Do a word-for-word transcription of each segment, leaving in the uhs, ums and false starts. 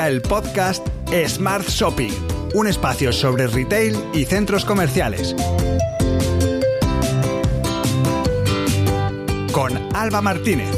el podcast Smart Shopping, un espacio sobre retail y centros comerciales. Con Alba Martínez.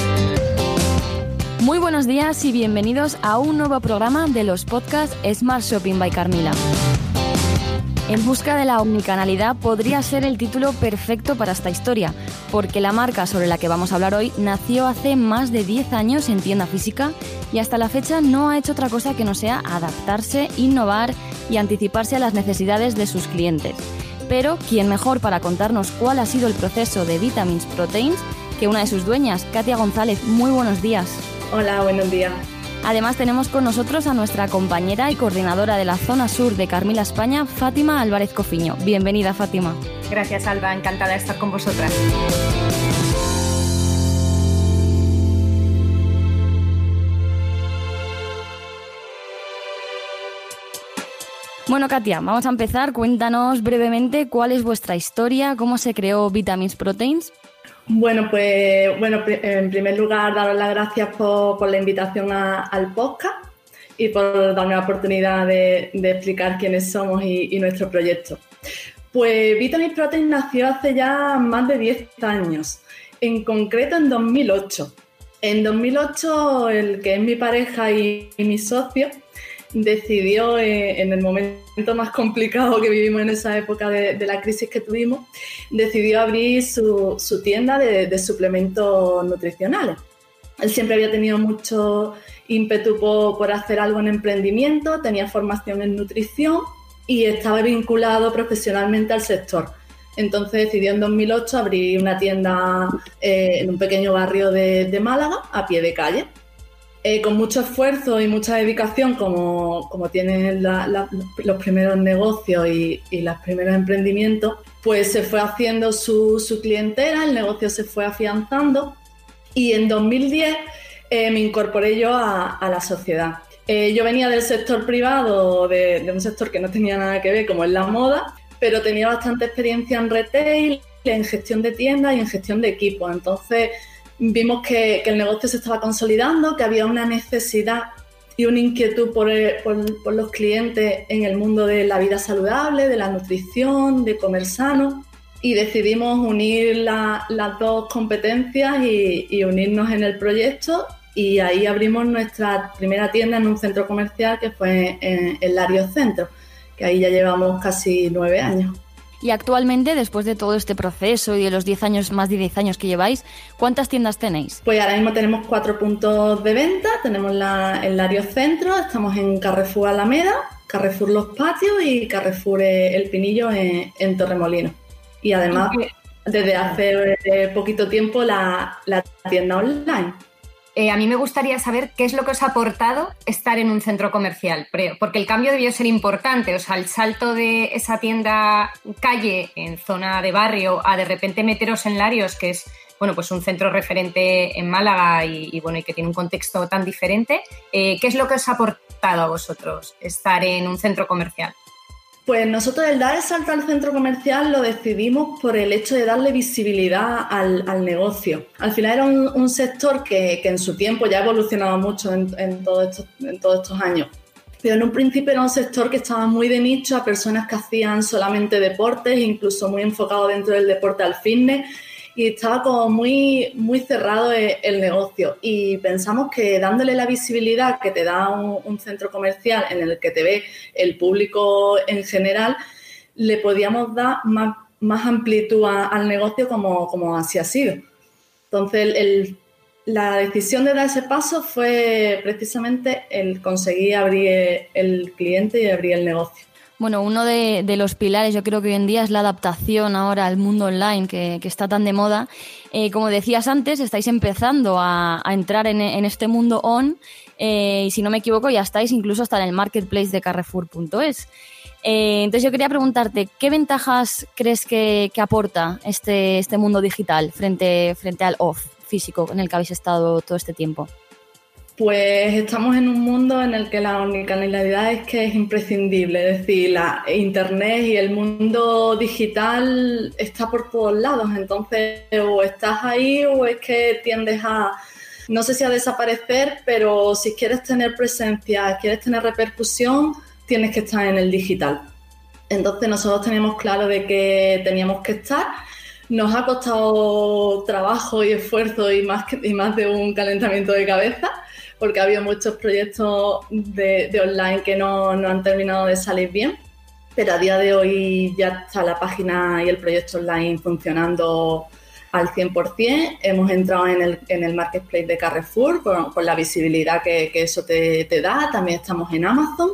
Muy buenos días y bienvenidos a un nuevo programa de los podcasts Smart Shopping by Carmila. En busca de la omnicanalidad podría ser el título perfecto para esta historia, porque la marca sobre la que vamos a hablar hoy nació hace más de diez años en tienda física y hasta la fecha no ha hecho otra cosa que no sea adaptarse, innovar y anticiparse a las necesidades de sus clientes. Pero, ¿quién mejor para contarnos cuál ha sido el proceso de Vitamins Proteins que una de sus dueñas, Katia González? Muy buenos días. Hola, buenos días. Además tenemos con nosotros a nuestra compañera y coordinadora de la zona sur de Carmila, España, Fátima Álvarez Cofiño. Bienvenida, Fátima. Gracias, Alba. Encantada de estar con vosotras. Bueno, Katia, vamos a empezar. Cuéntanos brevemente cuál es vuestra historia, cómo se creó Vitamins Proteins. Bueno, pues bueno, en primer lugar, daros las gracias por, por la invitación a, al podcast y por darme la oportunidad de, de explicar quiénes somos y, y nuestro proyecto. Pues Vitamins Proteins nació hace ya más de diez años, en concreto en dos mil ocho. En dos mil ocho, el que es mi pareja y, y mi socio decidió, eh, en el momento más complicado que vivimos en esa época de, de la crisis que tuvimos, decidió abrir su, su tienda de, de suplementos nutricionales. Él siempre había tenido mucho ímpetu por, por hacer algo en emprendimiento, tenía formación en nutrición y estaba vinculado profesionalmente al sector. Entonces decidió en dos mil ocho abrir una tienda eh, en un pequeño barrio de, de Málaga, a pie de calle. Eh, con mucho esfuerzo y mucha dedicación, como, como tienen la, la, los primeros negocios y, y los primeros emprendimientos, pues se fue haciendo su, su clientela, el negocio se fue afianzando y en dos mil diez eh, me incorporé yo a, a la sociedad. Eh, yo venía del sector privado, de, de un sector que no tenía nada que ver, como es la moda, pero tenía bastante experiencia en retail, en gestión de tiendas y en gestión de equipos. Entonces vimos que, que el negocio se estaba consolidando, que había una necesidad y una inquietud por, por, por los clientes en el mundo de la vida saludable, de la nutrición, de comer sano, y decidimos unir la, las dos competencias y, y unirnos en el proyecto, y ahí abrimos nuestra primera tienda en un centro comercial que fue en el Lario Centro, que ahí ya llevamos casi nueve años. Y actualmente, después de todo este proceso y de los diez años, más de diez años que lleváis, ¿cuántas tiendas tenéis? Pues ahora mismo tenemos cuatro puntos de venta. Tenemos la, el Lario Centro, estamos en Carrefour Alameda, Carrefour Los Patios y Carrefour El Pinillo en, en Torremolinos. Y además, desde hace eh, poquito tiempo, la, la tienda online. Eh, a mí me gustaría saber qué es lo que os ha aportado estar en un centro comercial, porque el cambio debió ser importante, o sea, el salto de esa tienda calle en zona de barrio a de repente meteros en Larios, que es, bueno, pues un centro referente en Málaga y, y bueno, y que tiene un contexto tan diferente. Eh, ¿qué es lo que os ha aportado a vosotros estar en un centro comercial? Pues nosotros el dar el salto al centro comercial lo decidimos por el hecho de darle visibilidad al, al negocio. Al final era un, un sector que, que en su tiempo ya ha evolucionado mucho en, en, todo estos, en todos estos años. Pero en un principio era un sector que estaba muy de nicho a personas que hacían solamente deportes, incluso muy enfocado dentro del deporte al fitness, y estaba como muy, muy cerrado el, el negocio. Y pensamos que dándole la visibilidad que te da un, un centro comercial en el que te ve el público en general, le podíamos dar más, más amplitud a, al negocio como, como así ha sido. Entonces, el, el, la decisión de dar ese paso fue precisamente el conseguir abrir el cliente y abrir el negocio. Bueno, uno de, de los pilares yo creo que hoy en día es la adaptación ahora al mundo online que, que está tan de moda. Eh, como decías antes, estáis empezando a, a entrar en, en este mundo on eh, y si no me equivoco ya estáis incluso hasta en el marketplace de Carrefour punto es. Eh, entonces yo quería preguntarte, ¿qué ventajas crees que, que aporta este, este mundo digital frente, frente al off físico en el que habéis estado todo este tiempo? Pues estamos en un mundo en el que la omnicanalidad es que es imprescindible, es decir, la internet y el mundo digital está por todos lados, entonces o estás ahí o es que tiendes a, no sé si a desaparecer, pero si quieres tener presencia, quieres tener repercusión, tienes que estar en el digital. Entonces nosotros teníamos claro de que teníamos que estar. Nos ha costado trabajo y esfuerzo y más, que, y más de un calentamiento de cabeza, porque ha habido muchos proyectos de, de online que no, no han terminado de salir bien, pero a día de hoy ya está la página y el proyecto online funcionando al cien por ciento. Hemos entrado en el, en el marketplace de Carrefour con, con la visibilidad que, que eso te, te da. También estamos en Amazon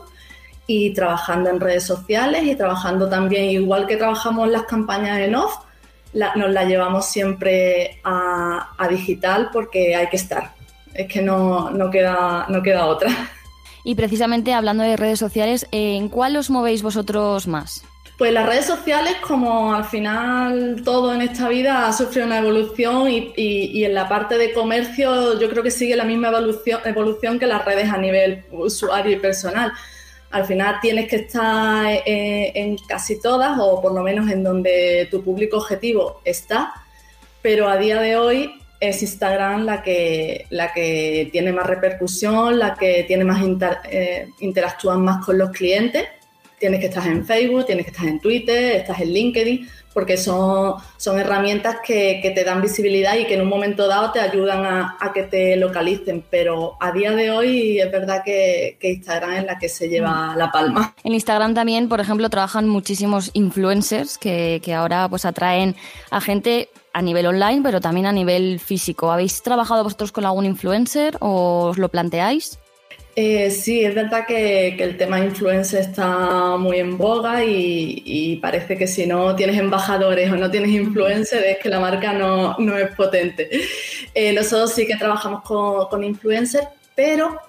y trabajando en redes sociales y trabajando también, igual que trabajamos las campañas en off, La, nos la llevamos siempre a, a digital porque hay que estar. Es que no, no, queda, no queda otra. Y precisamente hablando de redes sociales, ¿en cuál os movéis vosotros más? Pues las redes sociales, como al final todo en esta vida ha sufrido una evolución y, y, y en la parte de comercio yo creo que sigue la misma evolución, evolución que las redes a nivel usuario y personal. Al final tienes que estar eh, en casi todas, o por lo menos en donde tu público objetivo está, pero a día de hoy es Instagram la que, la que tiene más repercusión, la que tiene más inter, eh, interactúan más con los clientes. Tienes que estar en Facebook, tienes que estar en Twitter, estás en LinkedIn, porque son, son herramientas que, que te dan visibilidad y que en un momento dado te ayudan a, a que te localicen. Pero a día de hoy es verdad que, que Instagram es la que se lleva la palma. En Instagram también, por ejemplo, trabajan muchísimos influencers que, que ahora pues atraen a gente a nivel online, pero también a nivel físico. ¿Habéis trabajado vosotros con algún influencer o os lo planteáis? Eh, sí, es verdad que, que el tema influencer está muy en boga y, y parece que si no tienes embajadores o no tienes influencers es que la marca no, no es potente. Eh, nosotros sí que trabajamos con, con influencers, pero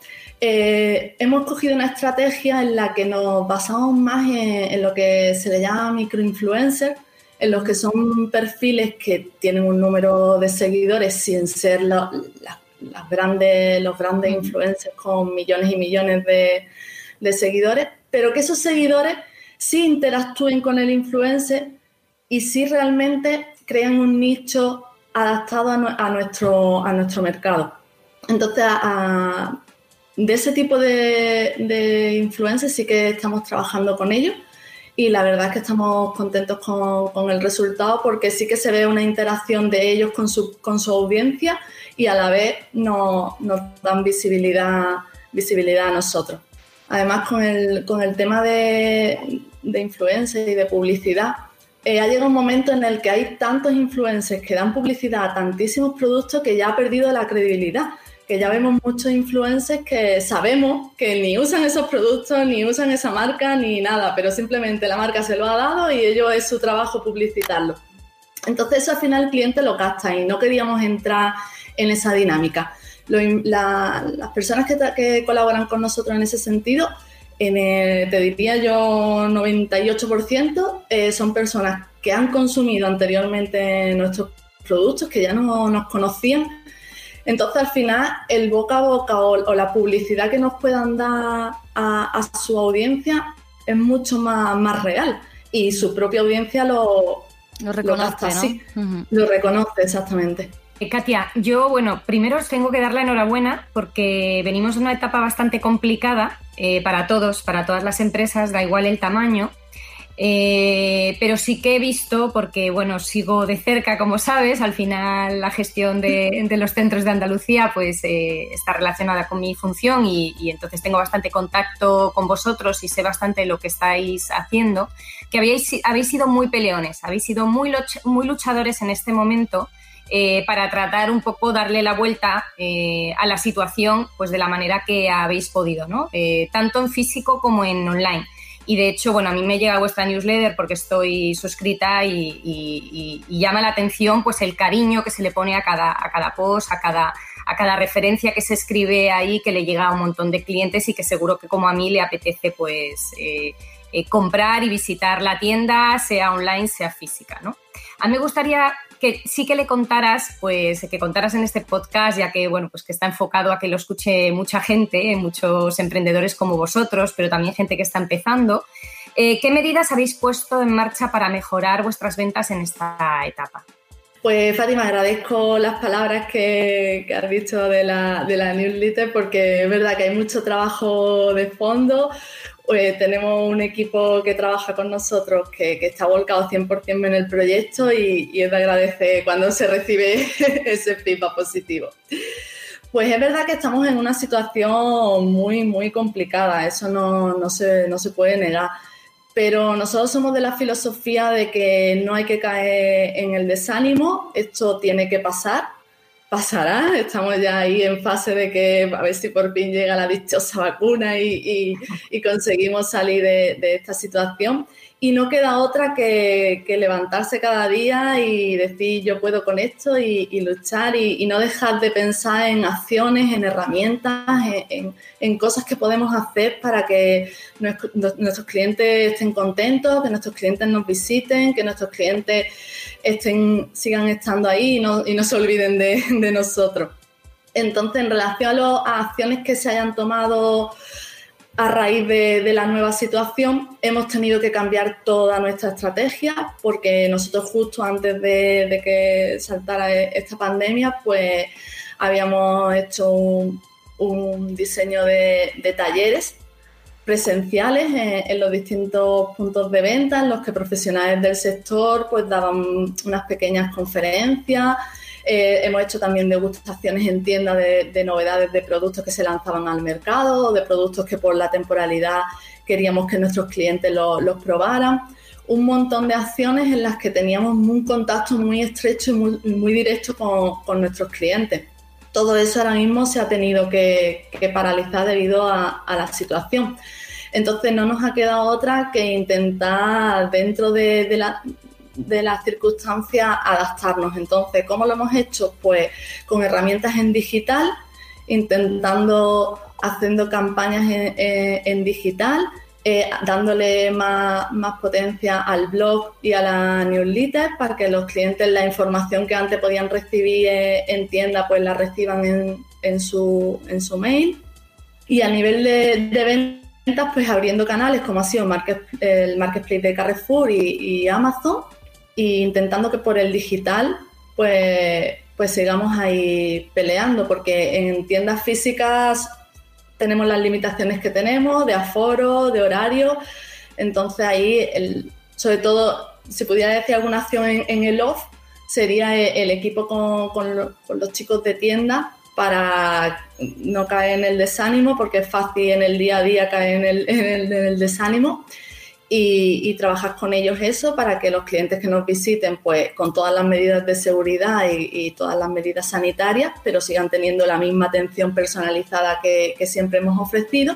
eh, hemos cogido una estrategia en la que nos basamos más en, en lo que se le llama microinfluencers, en los que son perfiles que tienen un número de seguidores sin ser la, la Las grandes, los grandes influencers con millones y millones de, de seguidores, pero que esos seguidores sí interactúen con el influencer y sí realmente crean un nicho adaptado a, a, nuestro, a nuestro mercado. Entonces, a, a, de ese tipo de, de influencers sí que estamos trabajando con ellos y la verdad es que estamos contentos con, con el resultado porque sí que se ve una interacción de ellos con su, con su audiencia y a la vez nos, nos dan visibilidad, visibilidad a nosotros. Además, con el, con el tema de, de influencers y de publicidad, eh, ha llegado un momento en el que hay tantos influencers que dan publicidad a tantísimos productos que ya ha perdido la credibilidad, que ya vemos muchos influencers que sabemos que ni usan esos productos, ni usan esa marca, ni nada, pero simplemente la marca se lo ha dado y ellos es su trabajo publicitarlo. Entonces eso al final el cliente lo capta y no queríamos entrar en esa dinámica. Lo, la, las personas que, que colaboran con nosotros en ese sentido, en el, te diría yo noventa y ocho por ciento eh, son personas que han consumido anteriormente nuestros productos, que ya no nos conocían. Entonces, al final, el boca a boca o, o la publicidad que nos puedan dar a, a su audiencia es mucho más, más real y su propia audiencia lo, lo reconoce, lo ¿no? Sí, uh-huh. Lo reconoce, exactamente. Eh, Katia, yo, bueno, primero os tengo que dar la enhorabuena porque venimos de una etapa bastante complicada eh, para todos, para todas las empresas, da igual el tamaño. Eh, pero sí que he visto, porque bueno, sigo de cerca, como sabes, al final la gestión de, de los centros de Andalucía pues eh, está relacionada con mi función y, y entonces tengo bastante contacto con vosotros y sé bastante lo que estáis haciendo, que habéis, habéis sido muy peleones, habéis sido muy, luch- muy luchadores en este momento eh, para tratar un poco darle la vuelta eh, a la situación pues de la manera que habéis podido, ¿no? Eh, tanto en físico como en online. Y de hecho, bueno, a mí me llega vuestra newsletter porque estoy suscrita y, y, y, y llama la atención pues el cariño que se le pone a cada, a cada post, a cada, a cada referencia que se escribe ahí, que le llega a un montón de clientes y que seguro que como a mí le apetece pues eh, eh, comprar y visitar la tienda, sea online, sea física, ¿no? A mí me gustaría que sí que le contaras, pues que contaras en este podcast, ya que bueno, pues que está enfocado a que lo escuche mucha gente, muchos emprendedores como vosotros, pero también gente que está empezando. Eh, ¿Qué medidas habéis puesto en marcha para mejorar vuestras ventas en esta etapa? Pues Fátima, agradezco las palabras que, que has dicho de la, de la newsletter, porque es verdad que hay mucho trabajo de fondo. Pues tenemos un equipo que trabaja con nosotros que, que está volcado cien por ciento en el proyecto y, y es de agradecer cuando se recibe ese feedback positivo. Pues es verdad que estamos en una situación muy, muy complicada, eso no, no, se, no se puede negar. Pero nosotros somos de la filosofía de que no hay que caer en el desánimo, esto tiene que pasar, pasará, estamos ya ahí en fase de que a ver si por fin llega la dichosa vacuna y, y, y conseguimos salir de, de esta situación. Y no queda otra que, que levantarse cada día y decir yo puedo con esto y, y luchar y, y no dejar de pensar en acciones, en herramientas, en, en, en cosas que podemos hacer para que nuestro, nuestros clientes estén contentos, que nuestros clientes nos visiten, que nuestros clientes estén, sigan estando ahí y no, y no se olviden de, de nosotros. Entonces, en relación a, lo, a acciones que se hayan tomado a raíz de, de la nueva situación, hemos tenido que cambiar toda nuestra estrategia porque nosotros justo antes de, de que saltara esta pandemia, pues habíamos hecho un, un diseño de, de talleres presenciales en, en los distintos puntos de venta en los que profesionales del sector pues daban unas pequeñas conferencias. Eh, hemos hecho también degustaciones en tiendas de, de novedades de productos que se lanzaban al mercado o de productos que por la temporalidad queríamos que nuestros clientes lo, los probaran. Un montón de acciones en las que teníamos un contacto muy estrecho y muy, muy directo con, con nuestros clientes. Todo eso ahora mismo se ha tenido que, que paralizar debido a, a la situación. Entonces no nos ha quedado otra que intentar dentro de, de la... de las circunstancias adaptarnos. Entonces, ¿cómo lo hemos hecho? Pues con herramientas en digital, intentando, haciendo campañas en, en, en digital, eh, dándole más, más potencia al blog y a la newsletter para que los clientes la información que antes podían recibir en tienda pues la reciban en, en, su, en su mail. Y a nivel de, de ventas, pues abriendo canales como ha sido market, el Marketplace de Carrefour y, y Amazon, e intentando que por el digital pues, pues sigamos ahí peleando, porque en tiendas físicas tenemos las limitaciones que tenemos de aforo, de horario. Entonces ahí, el, sobre todo, si pudiera decir alguna acción en, en el off, sería el equipo con, con, lo, con los chicos de tienda para no caer en el desánimo, porque es fácil en el día a día caer en el, en el, en el desánimo. Y, y trabajar con ellos eso para que los clientes que nos visiten, pues con todas las medidas de seguridad y, y todas las medidas sanitarias, pero sigan teniendo la misma atención personalizada que, que siempre hemos ofrecido,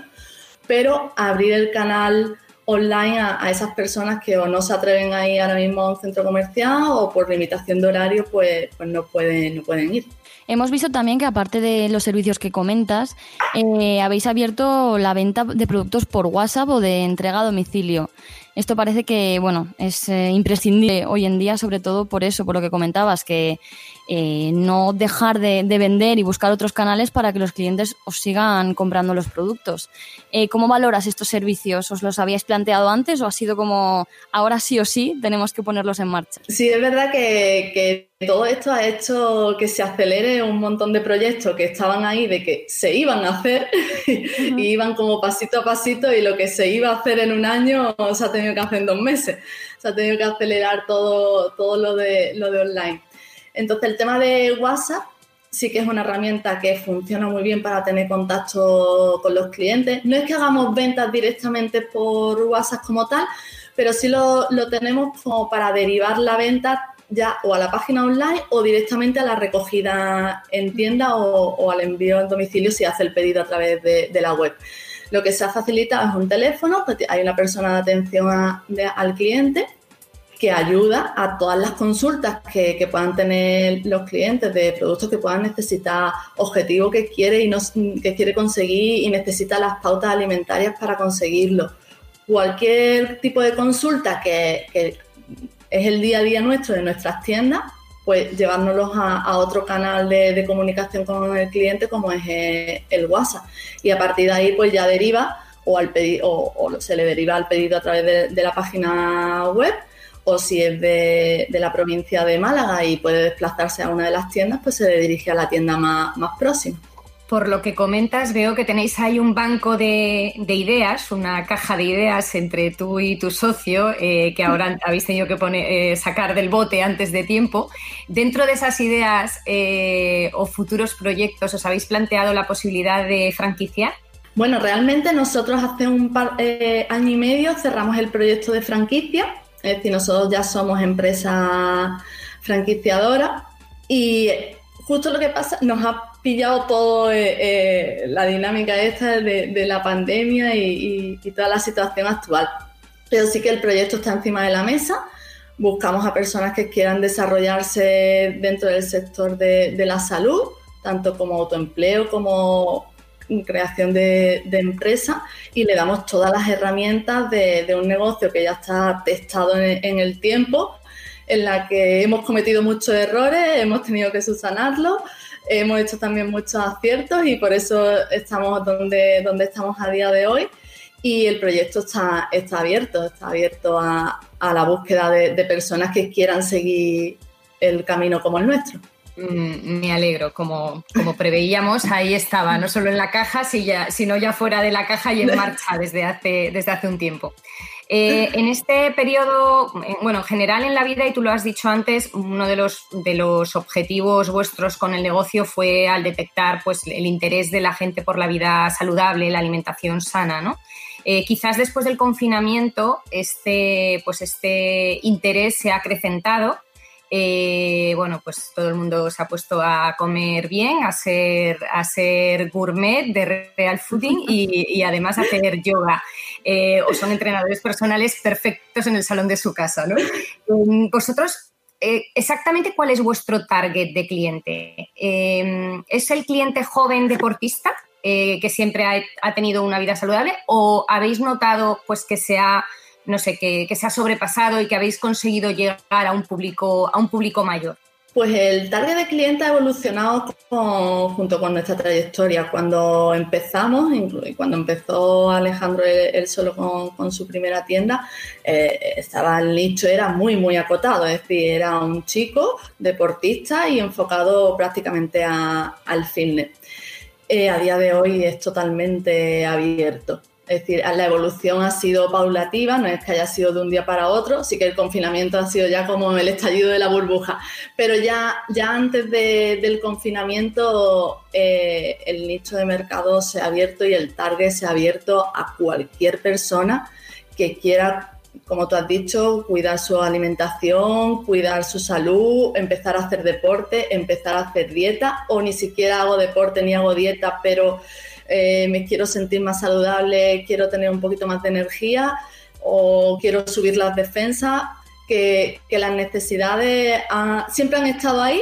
pero abrir el canal online a, a esas personas que o no se atreven a ir ahora mismo a un centro comercial o por limitación de horario, pues, pues no pueden, no pueden ir. Hemos visto también que aparte de los servicios que comentas, eh, habéis abierto la venta de productos por WhatsApp o de entrega a domicilio. Esto parece que, bueno, es eh, imprescindible hoy en día, sobre todo por eso, por lo que comentabas, que eh, no dejar de, de vender y buscar otros canales para que los clientes os sigan comprando los productos. Eh, ¿Cómo valoras estos servicios? ¿Os los habíais planteado antes o ha sido como ahora sí o sí tenemos que ponerlos en marcha? Sí, es verdad que, que todo esto ha hecho que se acelere un montón de proyectos que estaban ahí de que se iban a hacer uh-huh. y iban como pasito a pasito, y lo que se iba a hacer en un año se ha tenido que hacer en dos meses. Se ha tenido que acelerar todo, todo lo de, lo de online. Entonces, el tema de WhatsApp sí que es una herramienta que funciona muy bien para tener contacto con los clientes. No es que hagamos ventas directamente por WhatsApp como tal, pero sí lo, lo tenemos como para derivar la venta ya o a la página online o directamente a la recogida en tienda o, o al envío en domicilio si hace el pedido a través de, de la web. Lo que se ha facilitado es un teléfono, pues hay una persona de atención a, de, al cliente que ayuda a todas las consultas que, que puedan tener los clientes de productos que puedan necesitar, objetivo que quiere y no, que quiere conseguir y necesita las pautas alimentarias para conseguirlo. Cualquier tipo de consulta que, que es el día a día nuestro de nuestras tiendas, pues llevárnoslos a, a otro canal de, de comunicación con el cliente como es el, el WhatsApp. Y a partir de ahí pues ya deriva o, al pedi- o, o se le deriva al pedido a través de, de la página web, o si es de, de la provincia de Málaga y puede desplazarse a una de las tiendas, pues se dirige a la tienda más, más próxima. Por lo que comentas, veo que tenéis ahí un banco de, de ideas, una caja de ideas entre tú y tu socio, eh, que ahora habéis tenido que poner, eh, sacar del bote antes de tiempo. Dentro de esas ideas eh, o futuros proyectos, ¿os habéis planteado la posibilidad de franquiciar? Bueno, realmente nosotros hace un par, eh, año y medio cerramos el proyecto de franquicia, es decir, nosotros ya somos empresa franquiciadora y justo lo que pasa, nos ha pillado todo eh, eh, la dinámica esta de, de la pandemia y, y, y toda la situación actual. Pero sí que el proyecto está encima de la mesa. Buscamos a personas que quieran desarrollarse dentro del sector de, de la salud, tanto como autoempleo como creación de, de empresa, y le damos todas las herramientas de, de un negocio que ya está testado en, en el tiempo, en la que hemos cometido muchos errores, hemos tenido que subsanarlos, hemos hecho también muchos aciertos y por eso estamos donde, donde estamos a día de hoy, y el proyecto está, está abierto, está abierto a, a la búsqueda de, de personas que quieran seguir el camino como el nuestro. Mm, me alegro, como, como preveíamos, ahí estaba, no solo en la caja, sino ya fuera de la caja y en marcha desde hace, desde hace un tiempo. Eh, en este periodo, bueno, en general en la vida, y tú lo has dicho antes, uno de los, de los objetivos vuestros con el negocio fue al detectar pues, el interés de la gente por la vida saludable, la alimentación sana, ¿no? Eh, quizás después del confinamiento este, pues este interés se ha acrecentado. Eh, bueno, pues todo el mundo se ha puesto a comer bien, a ser, a ser gourmet de real fooding y, y además a hacer yoga. Eh, o son entrenadores personales perfectos en el salón de su casa, ¿no? Eh, vosotros, eh, exactamente cuál es vuestro target de cliente. Eh, ¿Es el cliente joven deportista eh, que siempre ha, ha tenido una vida saludable, o habéis notado pues que se ha no sé, que, que se ha sobrepasado y que habéis conseguido llegar a un público, a un público mayor? Pues el target de cliente ha evolucionado con, junto con nuestra trayectoria. Cuando empezamos, cuando empezó Alejandro él, él solo con, con su primera tienda, eh, estaba el nicho, era muy, muy acotado. Es decir, era un chico deportista y enfocado prácticamente a, al fitness. Eh, a día de hoy es totalmente abierto. Es decir, la evolución ha sido paulativa, no es que haya sido de un día para otro, sí que el confinamiento ha sido ya como el estallido de la burbuja, pero ya, ya antes de, del confinamiento eh, el nicho de mercado se ha abierto y el target se ha abierto a cualquier persona que quiera, como tú has dicho, cuidar su alimentación, cuidar su salud, empezar a hacer deporte, empezar a hacer dieta, o ni siquiera hago deporte ni hago dieta, pero Eh, me quiero sentir más saludable, quiero tener un poquito más de energía o quiero subir las defensas, que, que las necesidades ha, siempre han estado ahí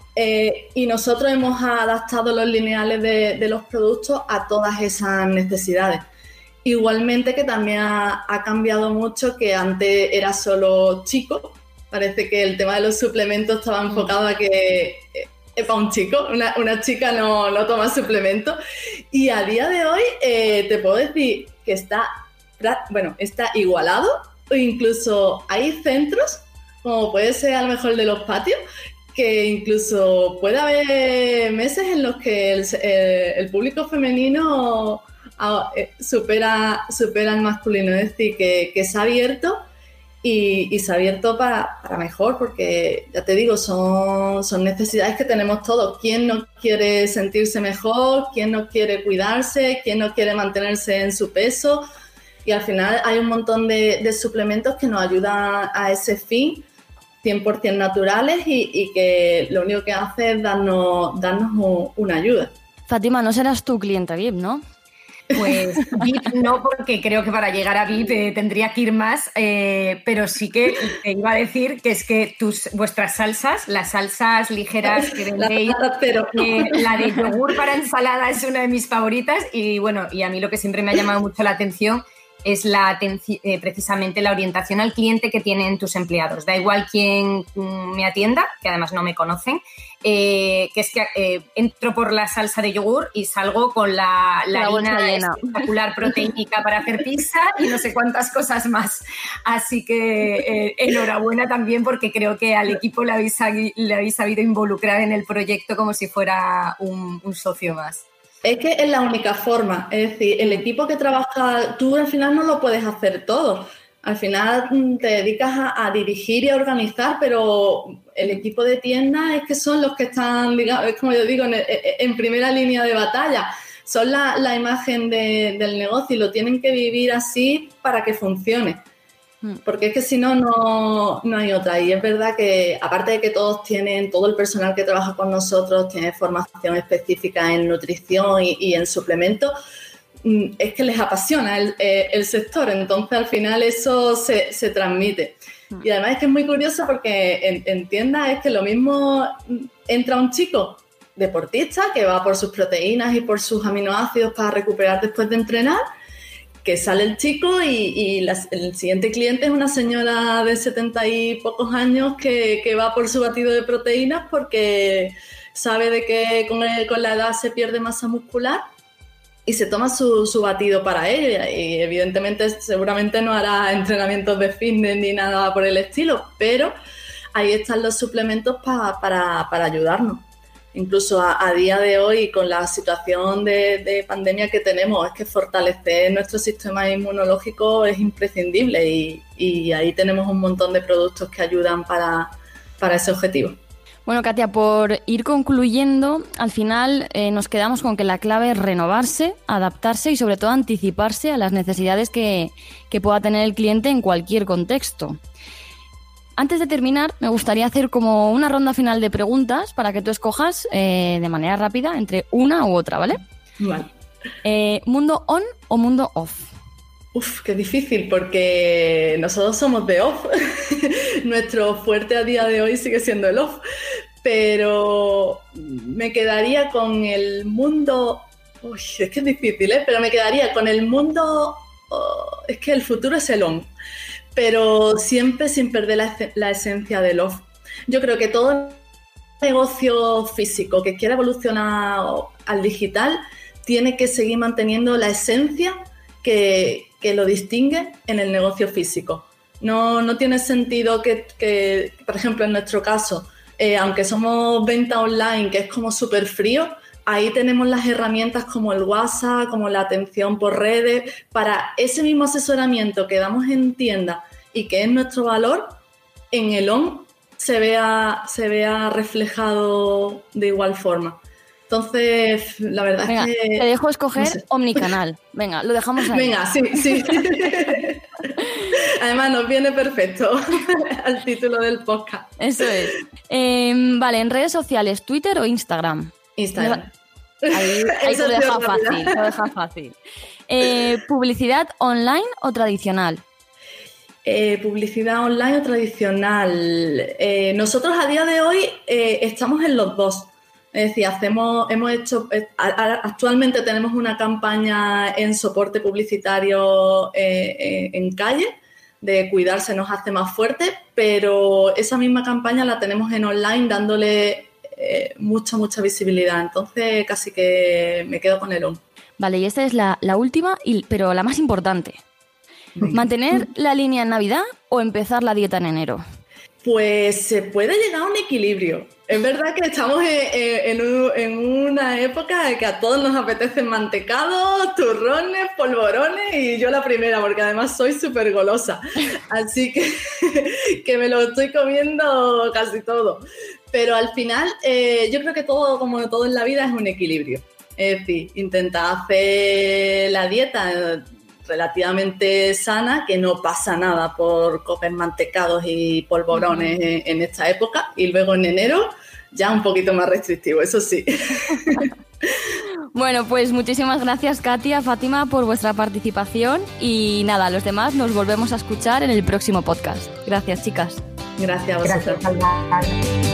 eh, y nosotros hemos adaptado los lineales de, de los productos a todas esas necesidades. Igualmente que también ha, ha cambiado mucho, que antes era solo chico, parece que el tema de los suplementos estaba enfocado a que es para un chico, una, una chica no, no toma suplementos, y a día de hoy eh, te puedo decir que está, bueno, está igualado, o incluso hay centros, como puede ser a lo mejor el de los patios, que incluso puede haber meses en los que el, eh, el público femenino a, eh, supera, supera al masculino, es decir, que, que se ha abierto. Y, y se ha abierto para, para mejor, porque ya te digo, son, son necesidades que tenemos todos. ¿Quién no quiere sentirse mejor? ¿Quién no quiere cuidarse? ¿Quién no quiere mantenerse en su peso? Y al final hay un montón de, de suplementos que nos ayudan a ese fin, cien por ciento naturales, y, y que lo único que hace es darnos, darnos un, una ayuda. Fátima, no serás tu clienta V I P, ¿no? Pues V I P no, porque creo que para llegar a V I P eh, tendría que ir más, eh, pero sí que te iba a decir que es que tus vuestras salsas, las salsas ligeras que vendéis, eh, la de yogur para ensalada es una de mis favoritas, y bueno, y a mí lo que siempre me ha llamado mucho la atención es la atenci- eh, precisamente la orientación al cliente que tienen tus empleados. Da igual quién mm, me atienda, que además no me conocen, eh, que es que eh, entro por la salsa de yogur y salgo con la, la, la harina espectacular proteínica para hacer pizza y no sé cuántas cosas más. Así que eh, enhorabuena también, porque creo que al equipo le habéis, le habéis sabido involucrar en el proyecto como si fuera un, un socio más. Es que es la única forma, es decir, el equipo que trabaja, tú al final no lo puedes hacer todo. Al final te dedicas a, a dirigir y a organizar, pero el equipo de tienda es que son los que están, digamos, como yo digo, en, en primera línea de batalla. Son la, la imagen de, del negocio y lo tienen que vivir así para que funcione. Porque es que si no, no, no hay otra. Y es verdad que, aparte de que todos tienen, todo el personal que trabaja con nosotros tiene formación específica en nutrición y, y en suplementos, es que les apasiona el, el sector. Entonces, al final eso se, se transmite. Y además es que es muy curioso porque en, en tiendas es que lo mismo entra un chico deportista que va por sus proteínas y por sus aminoácidos para recuperar después de entrenar, que sale el chico y, y la, el siguiente cliente es una señora de setenta y pocos años que, que va por su batido de proteínas porque sabe de que con, el, con la edad se pierde masa muscular y se toma su, su batido para ella. Y evidentemente seguramente no hará entrenamientos de fitness ni nada por el estilo, pero ahí están los suplementos pa, para, para ayudarnos. Incluso a, a día de hoy, con la situación de, de pandemia que tenemos, es que fortalecer nuestro sistema inmunológico es imprescindible y, y ahí tenemos un montón de productos que ayudan para, para ese objetivo. Bueno, Katia, por ir concluyendo, al final eh, nos quedamos con que la clave es renovarse, adaptarse y sobre todo anticiparse a las necesidades que, que pueda tener el cliente en cualquier contexto. Antes de terminar, me gustaría hacer como una ronda final de preguntas para que tú escojas eh, de manera rápida entre una u otra, ¿vale? Vale. Eh, ¿Mundo on o mundo off? Uf, qué difícil, porque nosotros somos de off. Nuestro fuerte a día de hoy sigue siendo el off. Pero me quedaría con el mundo... Uy, es que es difícil, ¿eh? Pero me quedaría con el mundo... Oh, es que el futuro es el on. Pero siempre sin perder la, la esencia del off. Yo creo que todo negocio físico que quiera evolucionar al digital tiene que seguir manteniendo la esencia que, que lo distingue en el negocio físico. No, no tiene sentido que, que, por ejemplo, en nuestro caso, eh, aunque somos venta online, que es como súper frío, ahí tenemos las herramientas como el WhatsApp, como la atención por redes, para ese mismo asesoramiento que damos en tienda y que es nuestro valor, en el on se vea, se vea reflejado de igual forma. Entonces, la verdad Venga, es que... te dejo escoger no sé. Omnicanal. Venga, lo dejamos ahí. Venga, sí, sí. Además, nos viene perfecto al título del podcast. Eso es. Eh, vale, en redes sociales, ¿Twitter o Instagram? Instagram. Ahí, ahí te lo deja fácil, te lo deja fácil. Eh, ¿Publicidad online o tradicional? Eh, publicidad online o tradicional. Eh, nosotros a día de hoy eh, estamos en los dos. Es decir, hacemos, hemos hecho, eh, actualmente tenemos una campaña en soporte publicitario eh, eh, en calle, de cuidarse nos hace más fuerte, pero esa misma campaña la tenemos en online dándole eh, mucha, mucha visibilidad. Entonces casi que me quedo con el on. Vale, y esta es la, la última, y, pero la más importante. ¿Mantener la línea en Navidad o empezar la dieta en enero? Pues se puede llegar a un equilibrio. Es verdad que estamos en, en, en una época en que a todos nos apetecen mantecados, turrones, polvorones y yo la primera, porque además soy súper golosa. Así que, que me lo estoy comiendo casi todo. Pero al final eh, yo creo que todo, como todo en la vida, es un equilibrio. Es decir, intentar hacer la dieta relativamente sana, que no pasa nada por comer mantecados y polvorones en, en esta época, y luego en enero ya un poquito más restrictivo, eso sí. Bueno, pues muchísimas gracias, Katia, Fátima, por vuestra participación y nada, los demás nos volvemos a escuchar en el próximo podcast. Gracias, chicas. Gracias a vosotros. Gracias, Alba.